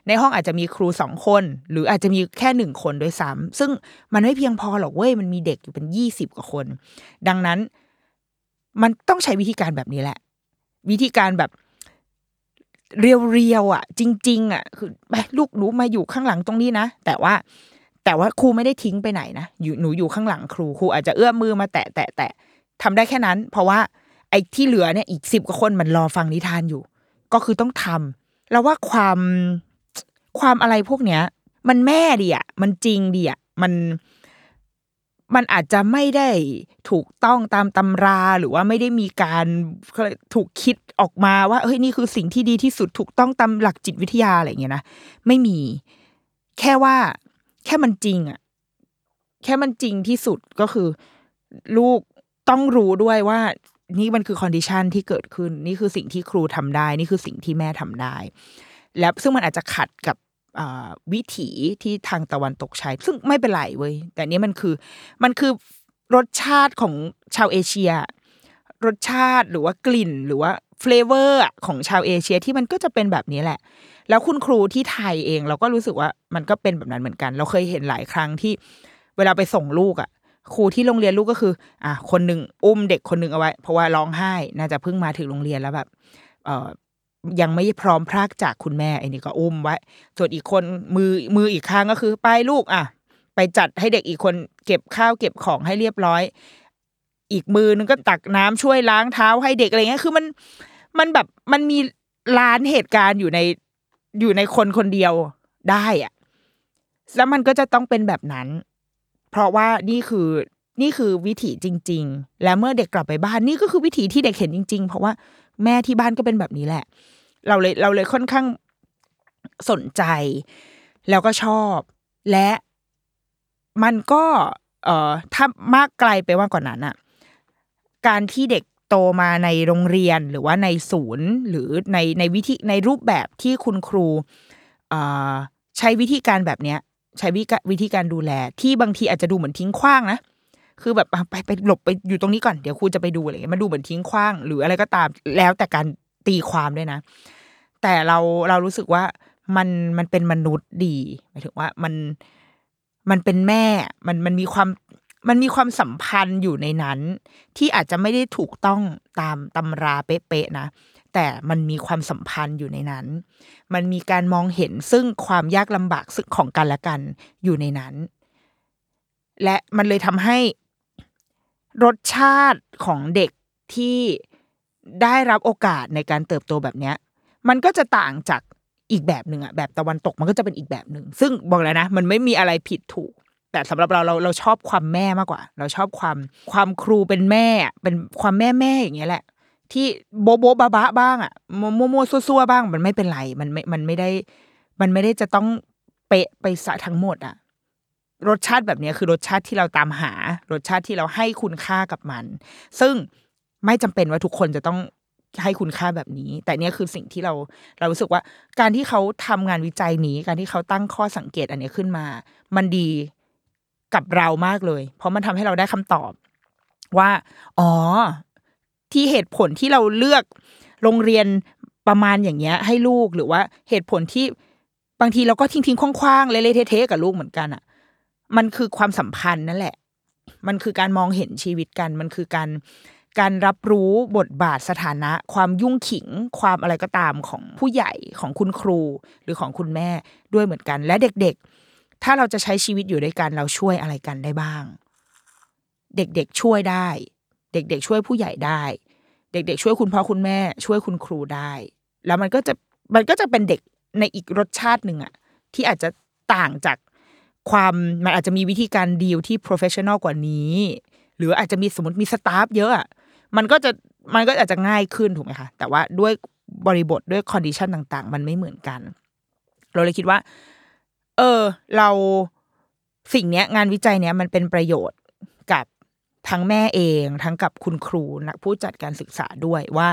ในห้องอาจจะมีครู2คนหรืออาจจะมีแค่1คนด้วยซ้ำซึ่งมันไม่เพียงพอหรอกเว้ยมันมีเด็กอยู่เป็น20กว่าคนดังนั้นมันต้องใช้วิธีการแบบนี้แหละวิธีการแบบเรียวๆอ่ะจริงๆอ่ะคือไปลูกหนูมาอยู่ข้างหลังตรงนี้นะแต่ว่าครูไม่ได้ทิ้งไปไหนนะหนูอยู่ข้างหลังครูอาจจะเอื้อมมือมาแตะทำได้แค่นั้นเพราะว่าไอ้ที่เหลือเนี่ยอีก10กว่าคนมันรอฟังนิทานอยู่ก็คือต้องทำแล้วว่าความอะไรพวกเนี้ยมันแม่ดีอ่ะมันจริงดีอ่ะมันอาจจะไม่ได้ถูกต้องตามตำราหรือว่าไม่ได้มีการถูกคิดออกมาว่าเฮ้ยนี่คือสิ่งที่ดีที่สุดถูกต้องตามหลักจิตวิทยาอะไรอย่างเงี้ยนะไม่มีแค่มันจริงอ่ะแค่มันจริงที่สุดก็คือลูกต้องรู้ด้วยว่านี่มันคือคอนดิชันที่เกิดขึ้นนี่คือสิ่งที่ครูทำได้นี่คือสิ่งที่แม่ทำได้แล้วซึ่งมันอาจจะขัดกับวิถีที่ทางตะวันตกใช้ซึ่งไม่เป็นไรเว้ยแต่นี้มันคือรสชาติของชาวเอเชียรสชาติหรือว่ากลิ่นหรือว่าเฟลเวอร์ของชาวเอเชียที่มันก็จะเป็นแบบนี้แหละแล้วคุณครูที่ไทยเองเราก็รู้สึกว่ามันก็เป็นแบบนั้นเหมือนกันเราเคยเห็นหลายครั้งที่เวลาไปส่งลูกครูที่โรงเรียนลูกก็คือคนนึงอุ้มเด็กคนนึงเอาไว้เพราะว่าร้องไห้น่าจะเพิ่งมาถึงโรงเรียนแล้วแบบยังไม่พร้อมพรากจากคุณแม่ไอ้นี่ก็อุ้มไว้ส่วนอีกคนมืออีกข้างก็คือไปลูกไปจัดให้เด็กอีกคนเก็บข้าวเก็บของให้เรียบร้อยอีกมือนึงก็ตักน้ำช่วยล้างเท้าให้เด็กอะไรเงี้ยคือมันแบบมันมีล้านเหตุการณ์อยู่ในคนเดียวได้อ่ะแล้วมันก็จะต้องเป็นแบบนั้นเพราะว่านี่คือวิถีจริงๆและเมื่อเด็กกลับไปบ้านนี่ก็คือวิถีที่เด็กเห็นจริงๆเพราะว่าแม่ที่บ้านก็เป็นแบบนี้แหละเราเลยค่อนข้างสนใจแล้วก็ชอบและมันก็ถ้ามากไกลไปกว่านั้นอ่ะการที่เด็กโตมาในโรงเรียนหรือว่าในศูนย์หรือในในรูปแบบที่คุณครูใช้วิธีการแบบเนี้ยใช้วิธีการดูแลที่บางทีอาจจะดูเหมือนทิ้งขว้างนะคือแบบไปหลบไปอยู่ตรงนี้ก่อนเดี๋ยวครูจะไปดูอะไรเงี้ยมันดูเหมือนทิ้งขว้างหรืออะไรก็ตามแล้วแต่การตีความด้วยนะแต่เรารู้สึกว่ามันเป็นมนุษย์ดีหมายถึงว่ามันเป็นแม่มันมีความสัมพันธ์อยู่ในนั้นที่อาจจะไม่ได้ถูกต้องตามตำราเป๊ะๆนะแต่มันมีความสัมพันธ์อยู่ในนั้นมันมีการมองเห็นซึ่งความยากลำบากซึ่งของกันและกันอยู่ในนั้นและมันเลยทำให้รสชาติของเด็กที่ได้รับโอกาสในการเติบโตแบบเนี้ยมันก็จะต่างจากอีกแบบนึงอ่ะแบบตะวันตกมันก็จะเป็นอีกแบบนึงซึ่งบอกแล้วนะมันไม่มีอะไรผิดถูกแต่สำหรับเราชอบความแม่มากกว่าเราชอบความครูเป็นแม่เป็นความแม่อย่างเงี้ยแหละที่โบ๊ะบ้าบ้างอ่ะมั่วๆซั่วๆบ้างมันไม่เป็นไรมันไม่ได้จะต้องเป๊ะไปซะทั้งหมดอ่ะรสชาติแบบนี้คือรสชาติที่เราตามหารสชาติที่เราให้คุณค่ากับมันซึ่งไม่จำเป็นว่าทุกคนจะต้องให้คุณค่าแบบนี้แต่เนี่ยคือสิ่งที่เรารู้สึกว่าการที่เขาทำงานวิจัยนี้การที่เขาตั้งข้อสังเกตอันนี้ขึ้นมามันดีกับเรามากเลยเพราะมันทำให้เราได้คำตอบว่าที่เหตุผลที่เราเลือกโรงเรียนประมาณอย่างเงี้ยให้ลูกหรือว่าเหตุผลที่บางทีเราก็ทิ้งคว้างๆเละๆเทะๆกับลูกเหมือนกันอ่ะมันคือความสัมพันธ์นั่นแหละมันคือการมองเห็นชีวิตกันมันคือการรับรู้บทบาทสถานะความยุ่งขิงความอะไรก็ตามของผู้ใหญ่ของคุณครูหรือของคุณแม่ด้วยเหมือนกันและเด็กๆถ้าเราจะใช้ชีวิตอยู่ด้วยกันเราช่วยอะไรกันได้บ้างเด็กๆช่วยได้เด็กๆช่วยผู้ใหญ่ได้เด็กๆช่วยคุณพ่อคุณแม่ช่วยคุณครูได้แล้วมันก็จะเป็นเด็กในอีกรสชาตินึงอ่ะที่อาจจะต่างจากมันอาจจะมีวิธีการดีลที่ professional กว่านี้หรืออาจจะมีสมมติมีสตาฟเยอะอ่ะมันก็อาจจะง่ายขึ้นถูกไหมคะแต่ว่าด้วยบริบทด้วยคอนดิชันต่างๆมันไม่เหมือนกันเราเลยคิดว่าเราสิ่งเนี้ยงานวิจัยเนี้ยมันเป็นประโยชน์กับทั้งแม่เองทั้งกับคุณครูนักผู้จัดการศึกษาด้วยว่า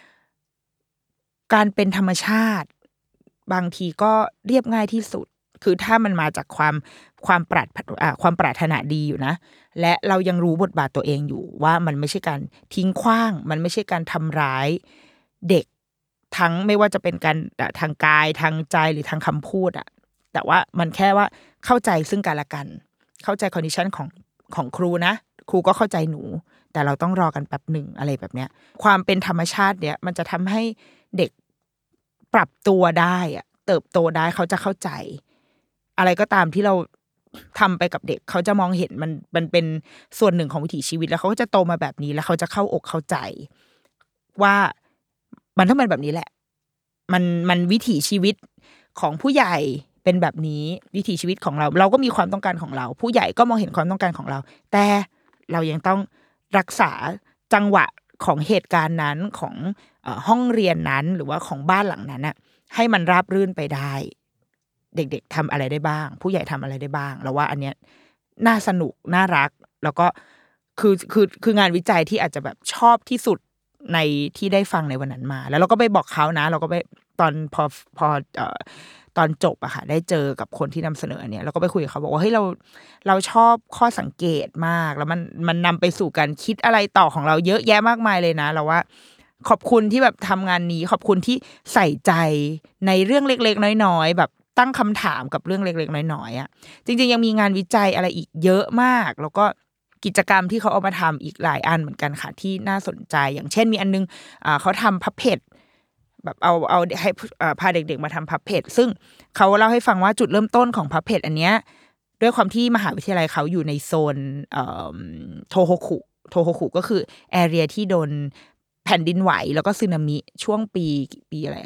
การเป็นธรรมชาติบางทีก็เรียบง่ายที่สุดคือถ้ามันมาจากความปรารถนาดีอยู่นะและเรายังรู้บทบาทตัวเองอยู่ว่ามันไม่ใช่การทิ้งขว้างมันไม่ใช่การทำร้ายเด็กทั้งไม่ว่าจะเป็นการทางกายทางใจหรือทางคำพูดอะแต่ว่ามันแค่ว่าเข้าใจซึ่งกันและกันเข้าใจคอนดิชันของครูนะครูก็เข้าใจหนูแต่เราต้องรอกันแป๊บหนึ่งอะไรแบบเนี้ยความเป็นธรรมชาติเนี่ยมันจะทำให้เด็กปรับตัวได้อะเติบโตได้เขาจะเข้าใจอะไรก็ตามที่เราทำไปกับเด็กเขาจะมองเห็นมันเป็นส่วนหนึ่งของวิถีชีวิตแล้วเขาก็จะโตมาแบบนี้แล้วเขาจะเข้าอกเข้าใจว่ามันต้องเป็นแบบนี้แหละมันวิถีชีวิตของผู้ใหญ่เป็นแบบนี้วิถีชีวิตของเราก็มีความต้องการของเราผู้ใหญ่ก็มองเห็นความต้องการของเราแต่เรายังต้องรักษาจังหวะของเหตุการณ์นั้นของห้องเรียนนั้นหรือว่าของบ้านหลังนั้นน่ะให้มันราบรื่นไปได้เด็กๆทำอะไรได้บ้างผู้ใหญ่ทำอะไรได้บ้างแล้วว่าอันเนี้ยน่าสนุกน่ารักแล้วก็คืองานวิจัยที่อาจจะแบบชอบที่สุดในที่ได้ฟังในวันนั้นมาแล้วเราก็ไปบอกเขานะเราก็ไปตอนพอตอนจบอะค่ะได้เจอกับคนที่นำเสนออันเนี้ยเราก็ไปคุยกับเขาบอกว่าเฮ้ยเราชอบข้อสังเกตมากแล้วมันนำไปสู่การคิดอะไรต่อของเราเยอะแยะมากมายเลยนะเราว่าขอบคุณที่แบบทำงานนี้ขอบคุณที่ใส่ใจในเรื่องเล็กๆน้อยๆแบบตั้งคำถามกับเรื่องเล็กๆน้อยๆอ่ะจริงๆยังมีงานวิจัยอะไรอีกเยอะมากแล้วก็กิจกรรมที่เขาเอามาทำอีกหลายอันเหมือนกันค่ะที่น่าสนใจอย่างเช่นมีอันนึงเขาทำพับเพจแบบเอาให้พาเด็กๆมาทำพับเพจซึ่งเขาเล่าให้ฟังว่าจุดเริ่มต้นของพับเพจอันเนี้ยด้วยความที่มหาวิทยาลัยเขาอยู่ในโซนโทโฮคุก็คือแอเรียที่โดนแผ่นดินไหวแล้วก็สึนามิช่วงปีอะไร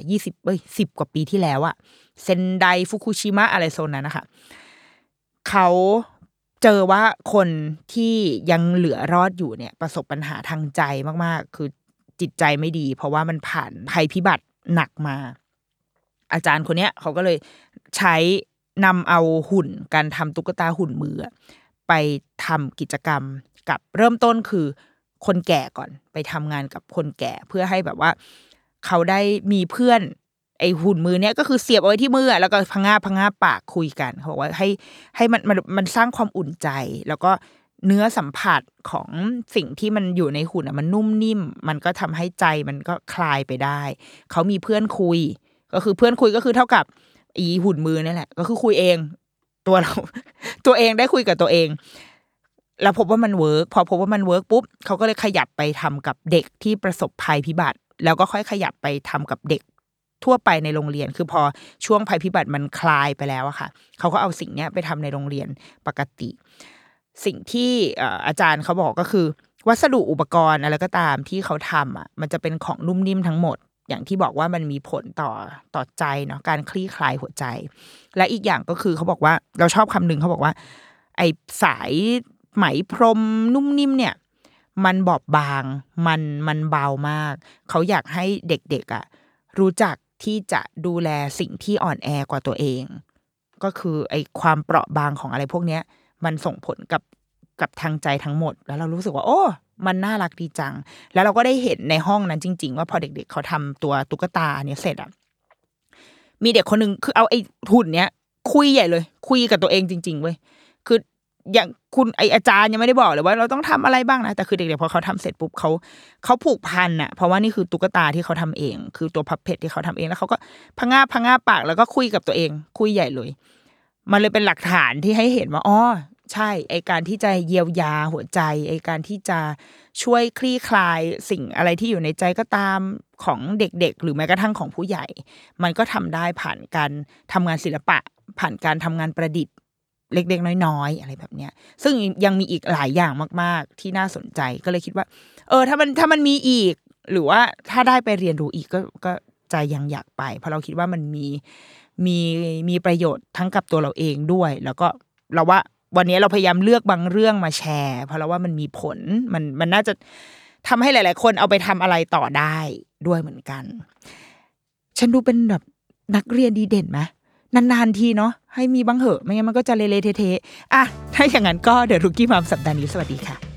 10กว่าปีที่แล้วอะเซนไดฟุกุชิมะอะไรโซนนั้นนะคะเขาเจอว่าคนที่ยังเหลือรอดอยู่เนี่ยประสบปัญหาทางใจมากๆคือจิตใจไม่ดีเพราะว่ามันผ่านภัยพิบัติหนักมาอาจารย์คนเนี้ยเขาก็เลยใช้นำเอาหุ่นการทำตุ๊กตาหุ่นมือไปทำกิจกรรมกับเริ่มต้นคือคนแก่ก่อนไปทำงานกับคนแก่เพื่อให้แบบว่าเขาได้มีเพื่อนไอหุ่นมือเนี้ยก็คือเสียบเอาไว้ที่มือแล้วก็พงาบปากคุยกันเขาบอกว่าให้มันสร้างความอุ่นใจแล้วก็เนื้อสัมผัสของสิ่งที่มันอยู่ในหุ่นมันนุ่มนิ่มมันก็ทำให้ใจมันก็คลายไปได้เขามีเพื่อนคุยก็คือเพื่อนคุยก็คือเท่ากับอีหุ่นมือนี่แหละก็คือคุยเองตัวเองได้คุยกับตัวเองแล้วพบว่ามันเวิร์กพอพบว่ามันเวิร์กปุ๊บเขาก็เลยขยับไปทำกับเด็กที่ประสบภัยพิบัติแล้วก็ค่อยขยับไปทำกับเด็กทั่วไปในโรงเรียนคือพอช่วงภัยพิบัติมันคลายไปแล้วอะค่ะเขาก็เอาสิ่งนี้ไปทำในโรงเรียนปกติสิ่งที่อาจารย์เขาบอกก็คือวัสดุอุปกรณ์อะไรก็ตามที่เขาทำอะมันจะเป็นของนุ่มนิ่มทั้งหมดอย่างที่บอกว่ามันมีผลต่อใจเนาะการคลี่คลายหัวใจและอีกอย่างก็คือเขาบอกว่าเราชอบคำหนึ่งเขาบอกว่าไอ้สายไหมพรมนุ่มนิ่มเนี่ยมันบอบบางมันเบามากเขาอยากให้เด็กๆอ่ะรู้จักที่จะดูแลสิ่งที่อ่อนแอกว่าตัวเองก็คือไอ้ความเปราะบางของอะไรพวกเนี้ยมันส่งผลกับทางใจทั้งหมดแล้วเรารู้สึกว่าโอ้มันน่ารักดีจังแล้วเราก็ได้เห็นในห้องนั้นจริงๆว่าพอเด็กๆเขาทำตัวตุ๊กตาเนี่ยเสร็จอ่ะมีเด็กคนนึงคือเอาไอ้หุ่นเนี้ยคุยใหญ่เลยคุยกับตัวเองจริงๆเว้ยคืออย่างคุณไออาจารย์ยังไม่ได้บอกเลยว่าเราต้องทำอะไรบ้างนะแต่คือเด็กๆพอเขาทำเสร็จปุ๊บเขาผูกพันอ่ะเพราะว่านี่คือตุ๊กตาที่เขาทำเองคือตัวพับเพจที่เขาทำเองแล้วเขาก็พงาบปากแล้วก็คุยกับตัวเองคุยใหญ่เลยมันเลยเป็นหลักฐานที่ให้เห็นว่าอ๋อใช่ไอการที่จะเยียวยาหัวใจไอการที่จะช่วยคลี่คลายสิ่งอะไรที่อยู่ในใจก็ตามของเด็กๆหรือแม้กระทั่งของผู้ใหญ่มันก็ทำได้ผ่านการทำงานศิลปะผ่านการทำงานประดิษฐ์เล็กๆน้อยๆอะไรแบบเนี้ยซึ่งยังมีอีกหลายอย่างมากๆที่น่าสนใจก็เลยคิดว่าถ้ามันมีอีกหรือว่าถ้าได้ไปเรียนรู้อีกก็ใจยังอยากไปเพราะเราคิดว่ามันมีประโยชน์ทั้งกับตัวเราเองด้วยแล้วก็เราว่าวันนี้เราพยายามเลือกบางเรื่องมาแชร์เพราะเราว่ามันมีผลมันน่าจะทำให้หลายๆคนเอาไปทำอะไรต่อได้ด้วยเหมือนกันฉันดูเป็นแบบนักเรียนดีเด่นไหมนานๆทีเนาะให้มีบ้างเหอะไม่งั้นมันก็จะเละๆเทะๆอ่ะถ้าอย่างนั้นก็เดี๋ยวรุกี้มัมสัปดาห์นี้สวัสดีค่ะ